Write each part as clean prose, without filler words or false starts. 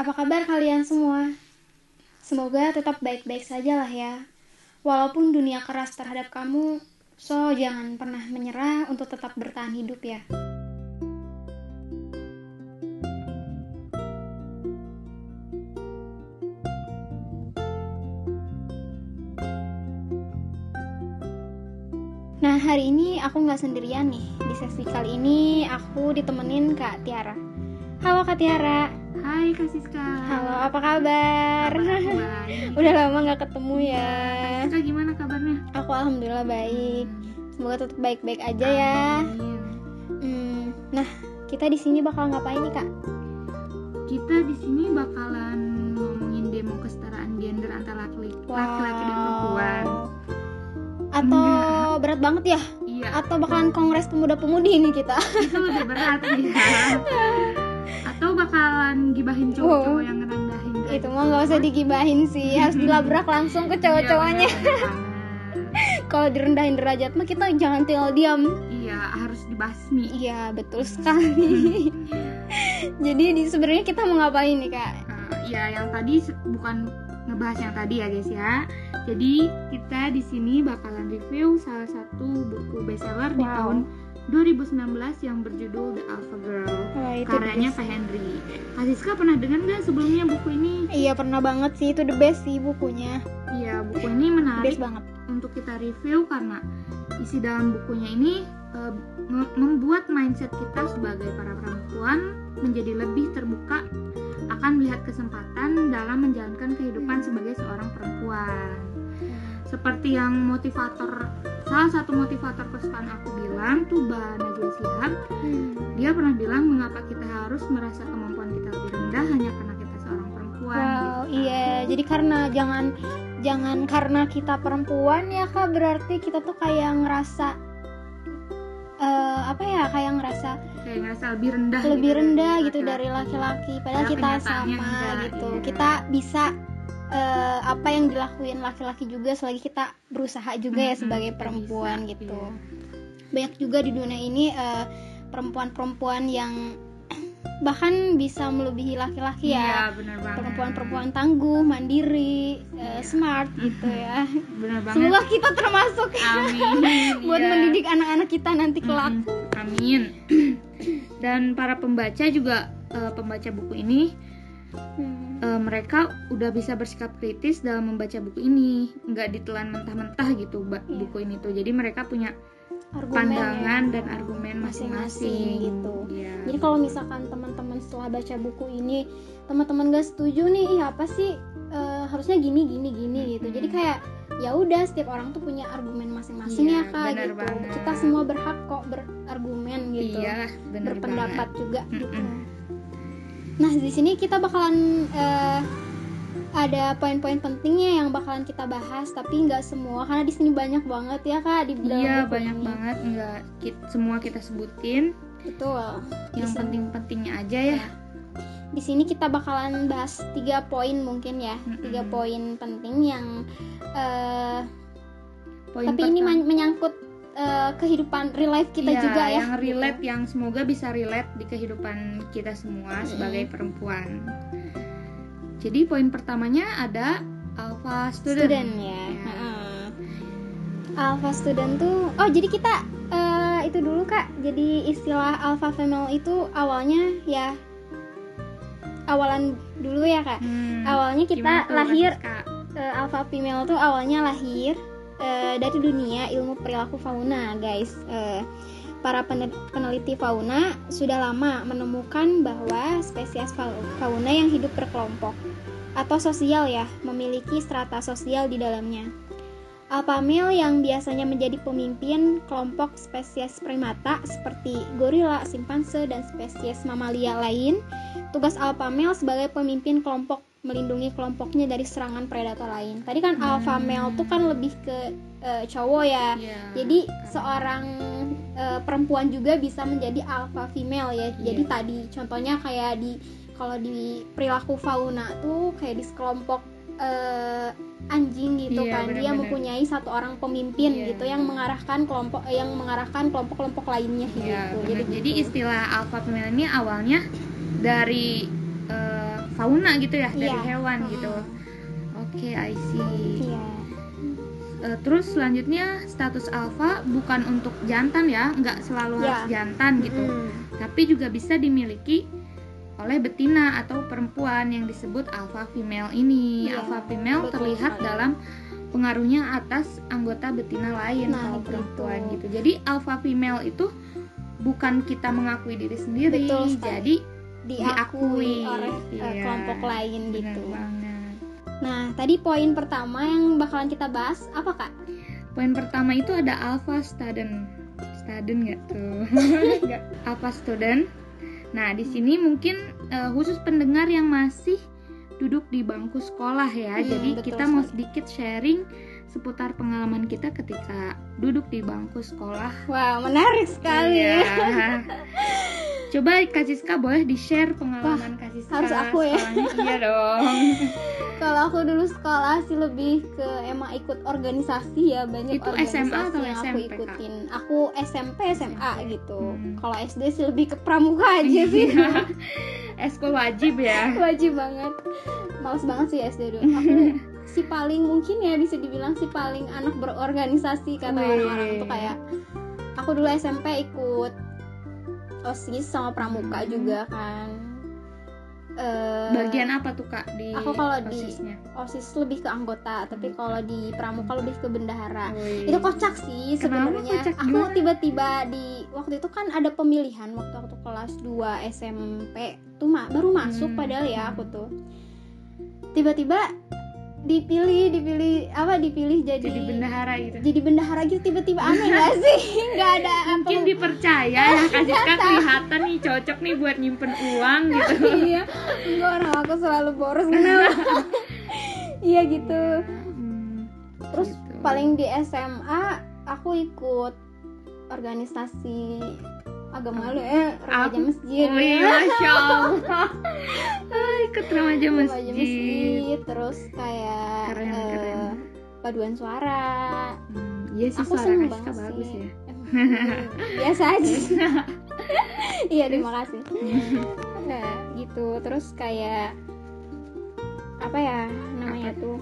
Apa kabar kalian semua? Semoga tetap baik-baik saja lah ya. Walaupun dunia keras terhadap kamu, so jangan pernah menyerah untuk tetap bertahan hidup ya. Nah, hari ini aku nggak sendirian nih. Di sesi kali ini aku ditemenin Kak Tiara. Halo Kak Tiara. Hai Kak Siska. Halo, apa kabar? Baik. Udah lama nggak ketemu ya. Kak Siska gimana kabarnya? Aku alhamdulillah baik. Semoga tetap baik-baik aja ya. Amin. Nah, kita di sini bakal ngapain nih Kak? Kita di sini bakalan ngomongin demo kesetaraan gender antara laki-laki dan perempuan. Atau berat banget ya? Iya. Atau bakalan kongres pemuda-pemudi nih kita? Itu lebih berat ya. Atau bakalan gibahin cowok-cowok yang ngerendahin. Itu mah nggak usah digibahin sih, harus dilabrak langsung ke cowok-cowoknya. Kalau direndahin derajat mah kita jangan tinggal diam. Iya, harus dibasmi. Iya, betul sekali. Jadi sebenarnya kita mau ngapain nih Kak? Ya, yang tadi bukan ngebahas yang tadi ya guys ya. Jadi kita di sini bakalan review salah satu buku bestseller di tahun 2019 yang berjudul The Alpha Girl, karyanya Kak Henry. Kak Siska pernah dengar nggak sebelumnya buku ini? Iya, pernah banget sih, itu the best sih bukunya. Iya, buku ini menarik Best banget untuk kita review karena isi dalam bukunya ini membuat mindset kita sebagai para perempuan menjadi lebih terbuka akan melihat kesempatan dalam menjalankan kehidupan sebagai seorang perempuan. Seperti yang salah satu motivator kesukaan aku bilang tuh Mbak Najwa Shihab. Dia pernah bilang mengapa kita harus merasa kemampuan kita lebih rendah hanya karena kita seorang perempuan. Wow, iya. Jadi karena jangan karena kita perempuan ya Kak, berarti kita tuh kayak ngerasa kayak ngerasa lebih rendah gitu dari laki-laki, padahal kita sama enggak, gitu. Iya. Kita bisa apa yang dilakuin laki-laki juga selagi kita berusaha juga ya sebagai perempuan bisa, gitu. Iya. Banyak juga di dunia ini perempuan-perempuan yang bahkan bisa melebihi laki-laki ya. Iya, benar banget. Perempuan-perempuan tangguh, mandiri, smart gitu ya. Benar banget. Semoga kita termasuk. Amin. Buat Iya. mendidik anak-anak kita nanti kelak. Amin. Dan para pembaca juga pembaca buku ini mereka udah bisa bersikap kritis dalam membaca buku ini, nggak ditelan mentah-mentah gitu buku ini tuh. Jadi mereka punya pandangan dan argumen masing-masing gitu. Yeah. Jadi kalau misalkan teman-teman setelah baca buku ini teman-teman gak setuju nih, apa sih harusnya gini gitu. Jadi kayak ya udah, setiap orang tuh punya argumen masing-masing ya Kak gitu. Banget. Kita semua berhak kok berargumen gitu. Iya, benar berpendapat banget. juga gitu. Nah, di sini kita bakalan ada poin-poin pentingnya yang bakalan kita bahas, tapi nggak semua karena di sini banyak banget ya Kak di dalam Iya, buku banyak ini. banget, nggak semua kita sebutin. Betul. Yang penting-pentingnya aja ya. Di sini kita bakalan bahas 3 poin mungkin ya, 3 poin penting yang tapi ini menyangkut kehidupan real life kita juga ya. Yang relate, yang semoga bisa relate di kehidupan kita semua sebagai perempuan. Jadi poin pertamanya ada alpha student ya. Alpha student tuh, jadi kita itu dulu Kak. Jadi istilah alpha female itu awalnya ya, awalan dulu ya Kak. Awalnya kita lahir alpha female tuh awalnya lahir dari dunia ilmu perilaku fauna, guys. Para peneliti fauna sudah lama menemukan bahwa spesies fauna yang hidup berkelompok atau sosial ya, memiliki strata sosial di dalamnya. Alpha male yang biasanya menjadi pemimpin kelompok spesies primata seperti gorila, simpanse, dan spesies mamalia lain. Tugas alpha male sebagai pemimpin kelompok melindungi kelompoknya dari serangan predator lain. Tadi kan alpha male tuh kan lebih ke cowok ya. Jadi seorang perempuan juga bisa menjadi alpha female ya. Jadi tadi contohnya kayak kalau di perilaku fauna tuh kayak di sekelompok anjing gitu kan, bener-bener. dia mempunyai satu orang pemimpin gitu yang mengarahkan kelompok-kelompok lainnya gitu. Jadi istilah alpha female ini awalnya dari fauna gitu ya, dari Iya. hewan gitu. Oke, I see. Iya. Terus selanjutnya status alfa bukan untuk jantan ya, nggak selalu harus jantan gitu, tapi juga bisa dimiliki oleh betina atau perempuan yang disebut alpha female ini. Alpha female terlihat dalam pengaruhnya atas anggota betina lain kalau perempuan gitu. Jadi alpha female itu bukan kita mengakui diri sendiri, jadi diakui oleh kelompok lain gitu. Banget. Nah, tadi poin pertama yang bakalan kita bahas apa, Kak? Poin pertama itu ada alpha student. Student nggak tuh? Alpha student. Nah, di sini mungkin khusus pendengar yang masih duduk di bangku sekolah ya. Jadi kita mau sedikit sharing seputar pengalaman kita ketika duduk di bangku sekolah. Wow, menarik sekali. Iya. Coba Kak Siska boleh di-share pengalaman Kak Siska. Harus aku ya? Iya dong. Kalau aku dulu sekolah sih lebih ke emang ikut organisasi ya, banyak itu organisasi SMA atau yang SMP, aku ikutin. Aku SMP, SMA gitu. Kalau SD sih lebih ke pramuka aja sih. Eskul wajib ya. Wajib banget. Males banget sih SD dulu. Aku si paling mungkin ya bisa dibilang si paling anak berorganisasi kata orang-orang tuh, kayak aku dulu SMP ikut OSIS sama pramuka juga kan. Bagian apa tuh Kak di aku kalau OSIS-nya? Di OSIS lebih ke anggota, tapi kalau di pramuka lebih ke bendahara. Itu kocak sih sebenarnya. Aku tiba-tiba di waktu itu kan ada pemilihan waktu aku kelas 2 SMP tuh baru masuk padahal ya aku tuh. Tiba-tiba dipilih jadi bendahara gitu. Jadi bendahara gitu tiba-tiba, aneh gak sih? Gak ada mungkin dipercaya ya Kak Siska, kelihatan nih cocok nih buat nyimpen uang gitu. Iya, enggak, orang aku selalu boros kenapa? Iya gitu. Terus gitu. Paling di SMA aku ikut organisasi agama lu remaja masjid. Oh iya, Masya Allah. Ikut remaja masjid. Terus kayak keren. paduan suara. Iya sih, aku suara Kak Siska bagus ya. Biasa aja. Iya, terima kasih. Nah gitu. Terus kayak apa ya namanya tuh,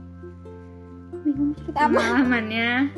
bingung kita apa pengalamannya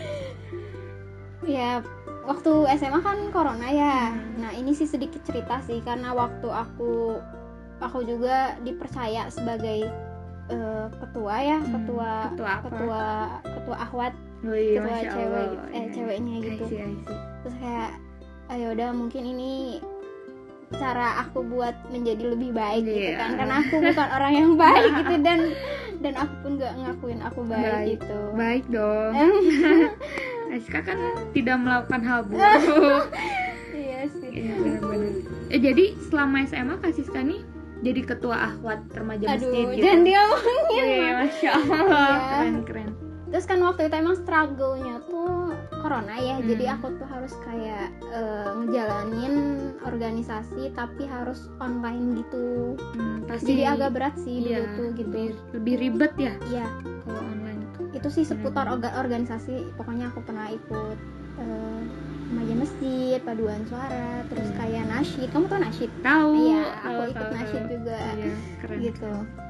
ya. Waktu SMA kan corona ya. Nah ini sih sedikit cerita sih, karena waktu aku juga dipercaya sebagai ketua ya, ketua akhwat, ketua cewek, ceweknya gitu. Terus kayak ayo udah, mungkin ini cara aku buat menjadi lebih baik gitu kan, karena aku bukan orang yang baik gitu, dan aku pun gak ngakuin aku baik gitu. Baik dong. Siska kan tidak melakukan hal buruk. Iya sih. Iya, benar-benar. Jadi selama SMA Kak Siska nih jadi ketua akhwat remaja masjid gitu. Jangan diomongin. Iya, Masya Allah. Keren. Terus kan waktu itu emang struggle-nya tuh corona ya. Jadi aku tuh harus kayak ngejalanin organisasi tapi harus online gitu. Pasti. Jadi agak berat sih dulu tuh gitu. Lebih ribet ya? Iya. Kalau online itu sih seputar organisasi. Pokoknya aku pernah ikut remaja masjid, paduan suara, terus kayak nasyid. Kamu tau nasyid? Tahu. Iya, aku ikut nasyid juga. Iya, keren. Gitu.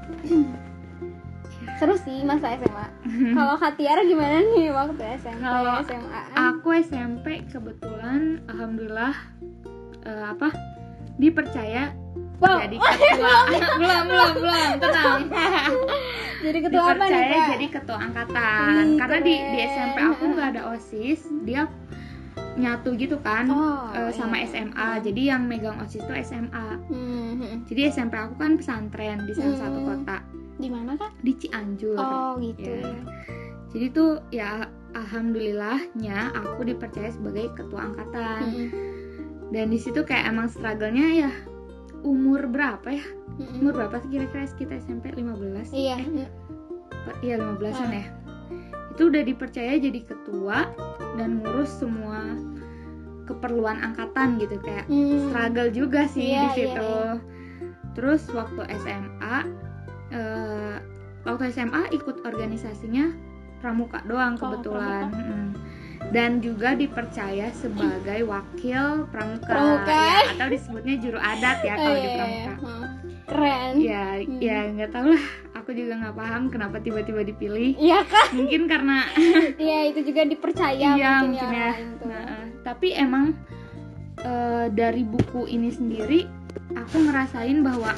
Seru sih masa SMA. Kalau Kak Tiara gimana nih waktu SMP, SMA? Aku SMP kebetulan alhamdulillah dipercaya jadi ketua. belum tenang. Jadi ketua apa nih, Kak? Jadi ketua angkatan. Karena di SMP aku nggak ada OSIS, dia nyatu gitu kan sama SMA. Jadi yang megang OSIS itu SMA. Jadi SMP aku kan pesantren di salah satu kota. Di mana, Kak? Di Cianjur. Oh gitu ya. Jadi tuh ya alhamdulillahnya aku dipercaya sebagai ketua angkatan. Dan di situ kayak emang struggle-nya ya umur berapa ya? Umur berapa sih kira-kira kita SMP? 15? Iya. Iya 15-an ya. Itu udah dipercaya jadi ketua dan ngurus semua keperluan angkatan gitu, kayak struggle juga sih di situ. Terus waktu SMA ikut organisasinya pramuka doang kebetulan. Dan juga dipercaya sebagai wakil pramuka. Ya, atau disebutnya juru adat ya kalau di pramuka. keren. Ya nggak tahu lah, aku juga nggak paham kenapa tiba-tiba dipilih. Iya kan? Mungkin karena Iya, itu juga dipercaya mungkin ya. Nah, tapi emang dari buku ini sendiri aku ngerasain bahwa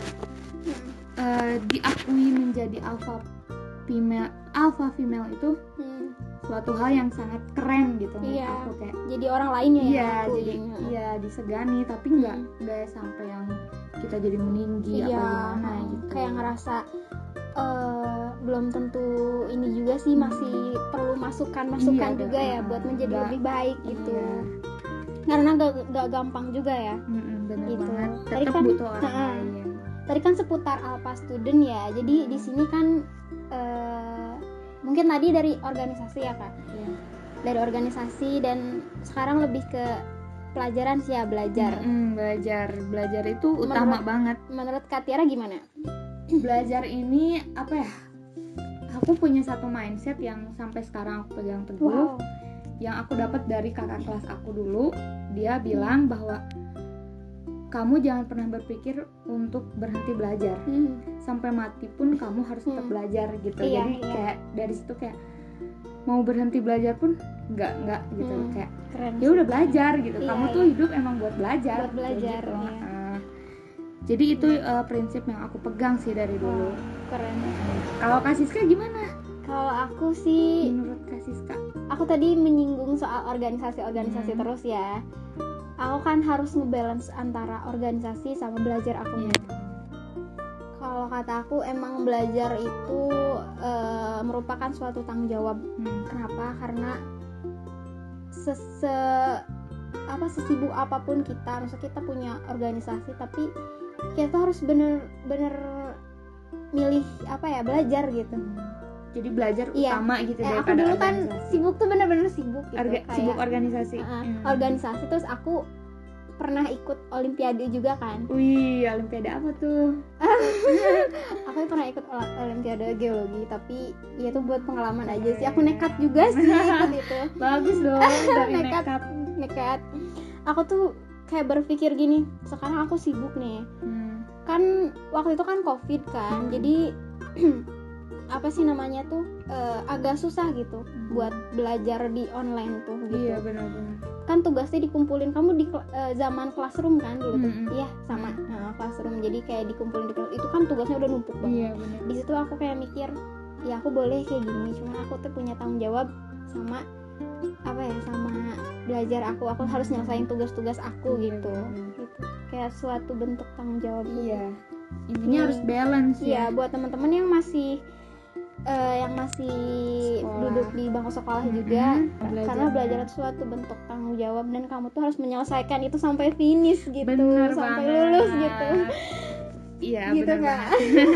diakui menjadi alpha female itu suatu hal yang sangat keren gitu. Iya. Aku kayak jadi orang lainnya disegani, tapi nggak sampai yang kita jadi meninggi apa gimana gitu. Kayak ngerasa belum tentu ini juga sih, masih perlu masukan juga ya buat menjadi lebih baik gitu. Karena gak gampang juga ya. Bener gitu. banget. Tadi Tetap kan butuh orang lain. Tadi kan seputar alpha student ya. Jadi di sini kan mungkin tadi dari organisasi ya Kak. Dari organisasi, dan sekarang lebih ke pelajaran sih ya, belajar. Belajar itu utama banget. Menurut Kak Tiara gimana? Belajar ini apa ya? Aku punya satu mindset yang sampai sekarang aku pegang teguh. Yang aku dapat dari kakak kelas aku dulu. Dia bilang bahwa kamu jangan pernah berpikir untuk berhenti belajar. Sampai mati pun kamu harus tetap belajar gitu. Jadi kayak dari situ kayak mau berhenti belajar pun enggak gitu. Kayak ya udah belajar gitu. Kamu tuh hidup emang buat belajar. Gitu. Jadi itu prinsip yang aku pegang sih dari dulu. Keren. Kalau Kak Siska gimana? Kalau aku sih, menurut Kak Siska, aku tadi menyinggung soal organisasi terus ya. Aku kan harus ngebalance antara organisasi sama belajar aku. Kalau kata aku emang belajar itu merupakan suatu tanggung jawab. Kenapa? Karena sesibuk apapun kita, maksudnya kita punya organisasi, tapi kita harus bener-bener milih belajar gitu. Jadi belajar utama gitu daripada aku dulu kan sibuk tuh bener-bener sibuk gitu. Sibuk organisasi. Organisasi, terus aku pernah ikut olimpiade juga kan. Wih, olimpiade apa tuh? Aku pernah ikut olimpiade geologi, tapi ya itu buat pengalaman aja sih. Aku nekat juga sih ikut itu. Bagus dong, dari nekat. Aku tuh kayak berpikir gini, sekarang aku sibuk nih. Kan waktu itu kan Covid kan. Jadi agak susah gitu buat belajar di online tuh gitu. Iya, benar-benar. Kan tugasnya dikumpulin, kamu di zaman classroom kan dulu tuh. Iya, sama. Classroom. Jadi kayak dikumpulin di classroom. Itu kan tugasnya udah numpuk banget. Iya, benar. Di situ aku kayak mikir, ya aku boleh kayak gini, cuman aku tuh punya tanggung jawab sama sama belajar aku harus nyelesain tugas-tugas aku gitu. Kayak suatu bentuk tanggung jawab. Iya. Intinya harus balance ya. Iya, buat teman-teman yang masih duduk di bangku sekolah juga, karena belajar itu suatu bentuk tanggung jawab, dan kamu tuh harus menyelesaikan itu sampai finish gitu. Sampai lulus gitu. Iya, gitu benar.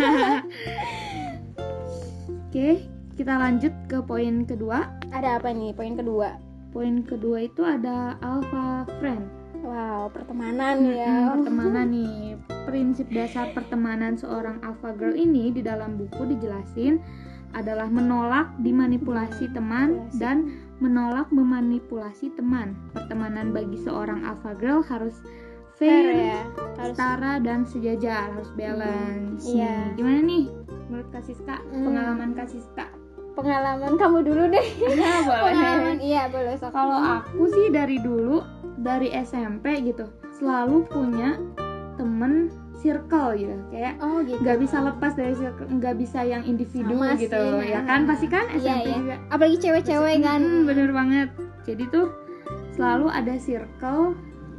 Oke, kita lanjut ke poin kedua. Ada apa nih poin kedua? Poin kedua itu ada alpha friend. Wow, pertemanan ya. Pertemanan nih. Prinsip dasar pertemanan seorang alpha girl ini di dalam buku dijelasin adalah menolak dimanipulasi teman dan menolak memanipulasi teman. Pertemanan bagi seorang alpha girl harus fair ya, setara dan sejajar, harus balance. Gimana nih menurut Kak Siska? Pengalaman Kak Siska? Pengalaman kamu dulu deh. Pengalaman, boleh. Kalau aku sih dari dulu, dari SMP gitu, selalu punya temen circle gitu, kayak nggak bisa lepas dari circle, nggak bisa yang individu gitu ya kan, pasti kan SMP juga, apalagi cewek-cewek kan. Bener banget. Jadi tuh selalu ada circle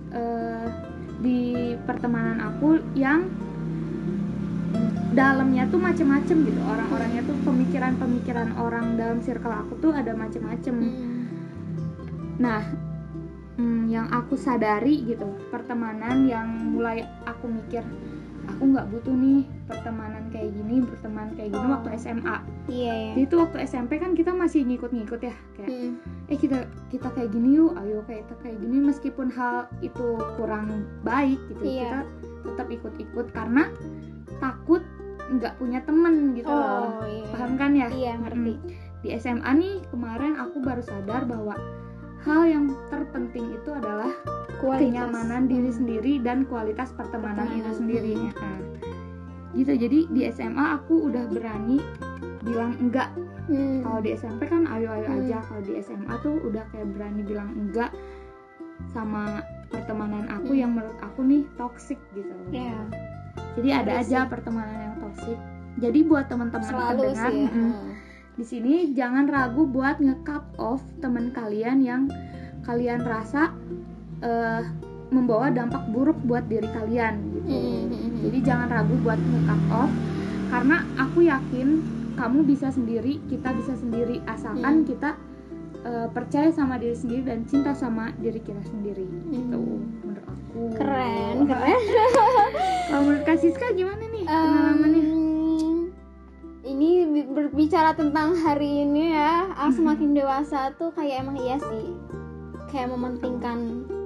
di pertemanan aku yang dalamnya tuh macem-macem gitu, orang-orangnya tuh pemikiran orang dalam circle aku tuh ada macem-macem. Nah, yang aku sadari gitu, pertemanan yang mulai aku mikir aku nggak butuh nih pertemanan kayak gini, waktu SMA. Jadi tuh waktu SMP kan kita masih ngikut-ngikut ya, kayak kita kayak gini yuk, ayo kita kayak gini, meskipun hal itu kurang baik gitu, kita tetap ikut-ikut karena takut nggak punya temen gitu loh. Paham kan ya? Iya, ngerti. Di SMA nih kemarin aku baru sadar bahwa hal yang terpenting itu adalah kenyamanan diri sendiri dan kualitas pertemanan itu sendiri. gitu. Jadi di SMA aku udah berani bilang enggak. Kalau di SMP kan ayo-ayo aja, kalau di SMA tuh udah kayak berani bilang enggak sama pertemanan aku yang menurut aku nih toxic gitu. Jadi ada aja pertemanan yang toxic. Jadi buat teman-teman pendengar di sini jangan ragu buat nge-cut off teman kalian yang kalian rasa membawa dampak buruk buat diri kalian gitu. Jadi jangan ragu buat nge-cut off, karena aku yakin kamu bisa sendiri, kita bisa sendiri, asalkan kita percaya sama diri sendiri dan cinta sama diri kita sendiri. Gitu menurut aku. Keren. Kalau menurut Kak Siska gimana nih pengalamannya? Ini berbicara tentang hari ini ya, semakin dewasa tuh kayak emang iya sih, kayak mementingkan